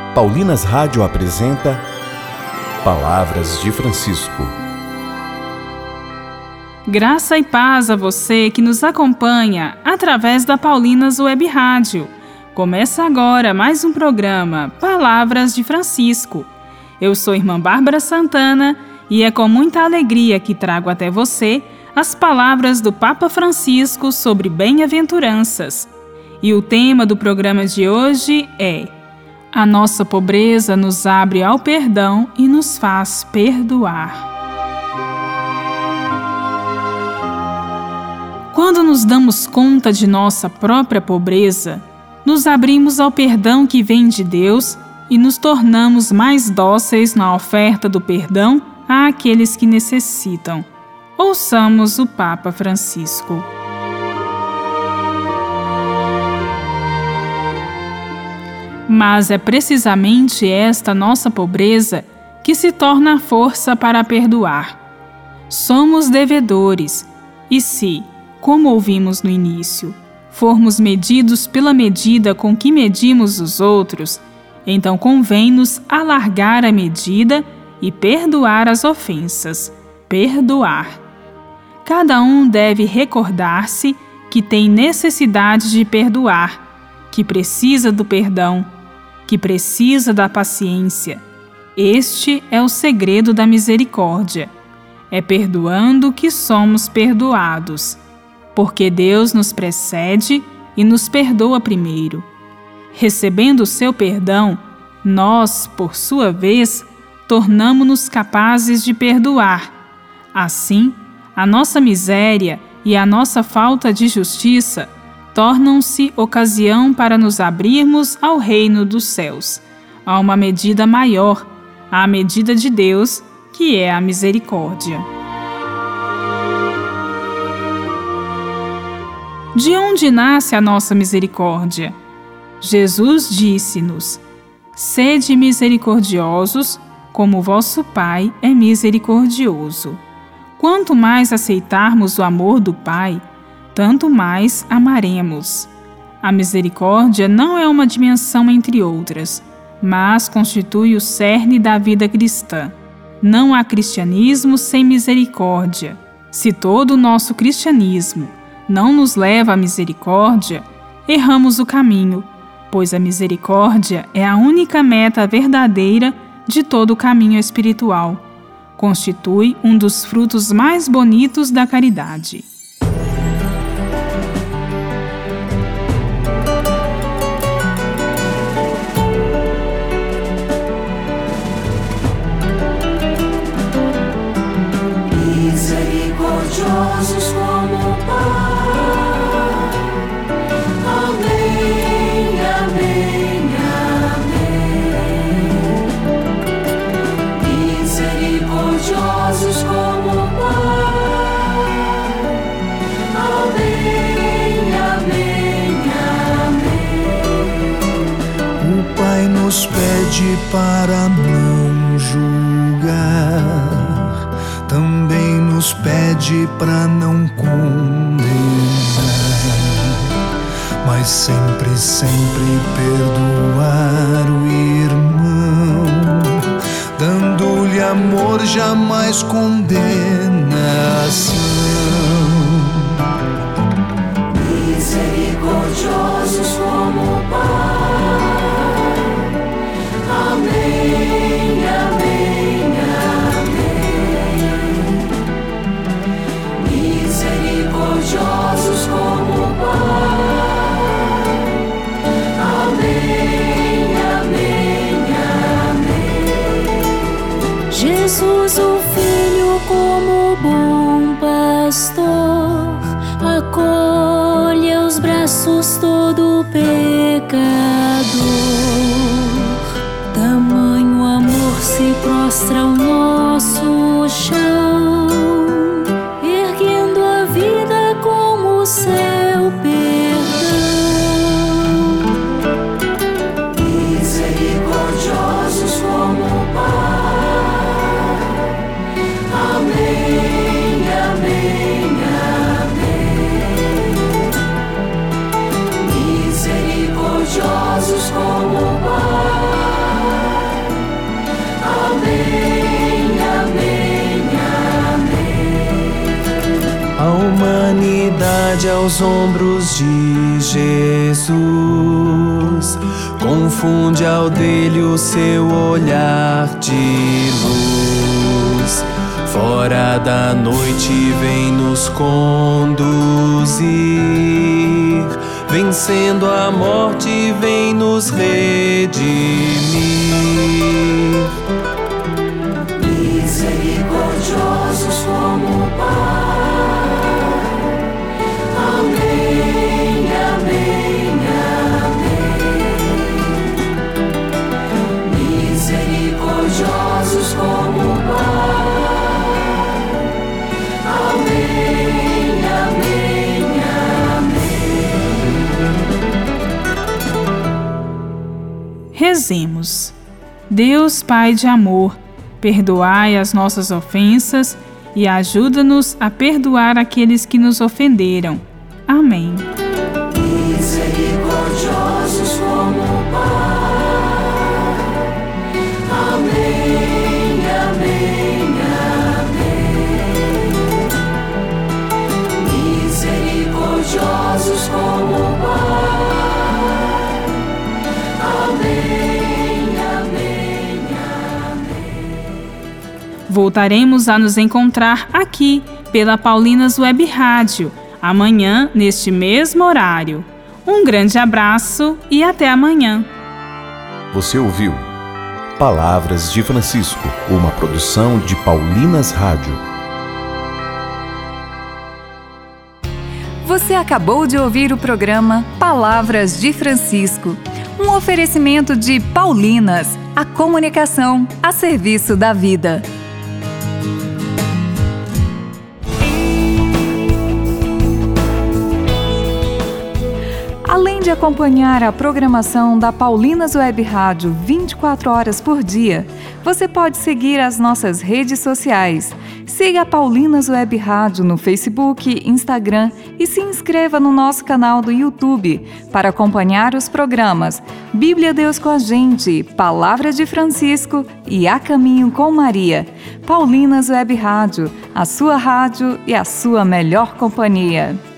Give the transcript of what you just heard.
Paulinas Rádio apresenta Palavras de Francisco. Graça e paz a você que nos acompanha através da Paulinas Web Rádio. Começa agora mais um programa Palavras de Francisco. Eu sou irmã Bárbara Santana e é com muita alegria que trago até você as palavras do Papa Francisco sobre bem-aventuranças. E o tema do programa de hoje é: a nossa pobreza nos abre ao perdão e nos faz perdoar. Quando nos damos conta de nossa própria pobreza, nos abrimos ao perdão que vem de Deus e nos tornamos mais dóceis na oferta do perdão àqueles que necessitam. Ouçamos o Papa Francisco. Mas é precisamente esta nossa pobreza que se torna a força para perdoar. Somos devedores, e se, como ouvimos no início, formos medidos pela medida com que medimos os outros, então convém-nos alargar a medida e perdoar as ofensas. Perdoar. Cada um deve recordar-se que tem necessidade de perdoar, que precisa do perdão, que precisa da paciência. Este é o segredo da misericórdia. É perdoando que somos perdoados, porque Deus nos precede e nos perdoa primeiro. Recebendo o seu perdão, nós, por sua vez, tornamo-nos capazes de perdoar. Assim, a nossa miséria e a nossa falta de justiça tornam-se ocasião para nos abrirmos ao reino dos céus, a uma medida maior, à medida de Deus, que é a misericórdia. De onde nasce a nossa misericórdia? Jesus disse-nos: sede misericordiosos, como vosso Pai é misericordioso. Quanto mais aceitarmos o amor do Pai, tanto mais amaremos. A misericórdia não é uma dimensão entre outras, mas constitui o cerne da vida cristã. Não há cristianismo sem misericórdia. Se todo o nosso cristianismo não nos leva à misericórdia, erramos o caminho, pois a misericórdia é a única meta verdadeira de todo o caminho espiritual. Constitui um dos frutos mais bonitos da caridade. Misericordiosos como o Pai. Amém, amém, amém. Misericordiosos como o Pai. Amém, amém, amém. O Pai nos pede para não julgar, também nos pede para não condenar, mas sempre, sempre perdoar o irmão, dando-lhe amor, jamais condenação. Misericordiosos como o Pai. Amém, amém, amém. Misericordiosos como o Pai. Amém, amém, amém. Jesus, o Filho, como bom pastor, acolhe aos braços todo pecador. Tamanho amor se prostra ao nosso chão, erguendo a vida como o seu perdão. Misericordiosos como o Pai. Amém, amém, amém. Misericordiosos como o Pai. aos ombros de Jesus, confunde ao dele o seu olhar de luz. Fora da noite vem nos conduzir, vencendo a morte vem nos redimir. Misericordiosos como o Pai. Amém, amém, amém. Misericordiosos como o Pai. Amém, amém, amém. Rezemos. Deus Pai de amor, perdoai as nossas ofensas e ajuda-nos a perdoar aqueles que nos ofenderam. Amém. Misericordiosos como o Pai. Amém, amém, amém. Misericordiosos como o Pai. Amém, amém, amém. Voltaremos a nos encontrar aqui pela Paulinas Web Rádio, amanhã, neste mesmo horário. Um grande abraço e até amanhã. Você ouviu Palavras de Francisco, uma produção de Paulinas Rádio. Você acabou de ouvir o programa Palavras de Francisco, um oferecimento de Paulinas, a comunicação a serviço da vida. Além de acompanhar a programação da Paulinas Web Rádio 24 horas por dia, você pode seguir as nossas redes sociais. Siga a Paulinas Web Rádio no Facebook, Instagram e se inscreva no nosso canal do YouTube para acompanhar os programas Bíblia Deus com a Gente, Palavra de Francisco e A Caminho com Maria. Paulinas Web Rádio, a sua rádio e a sua melhor companhia.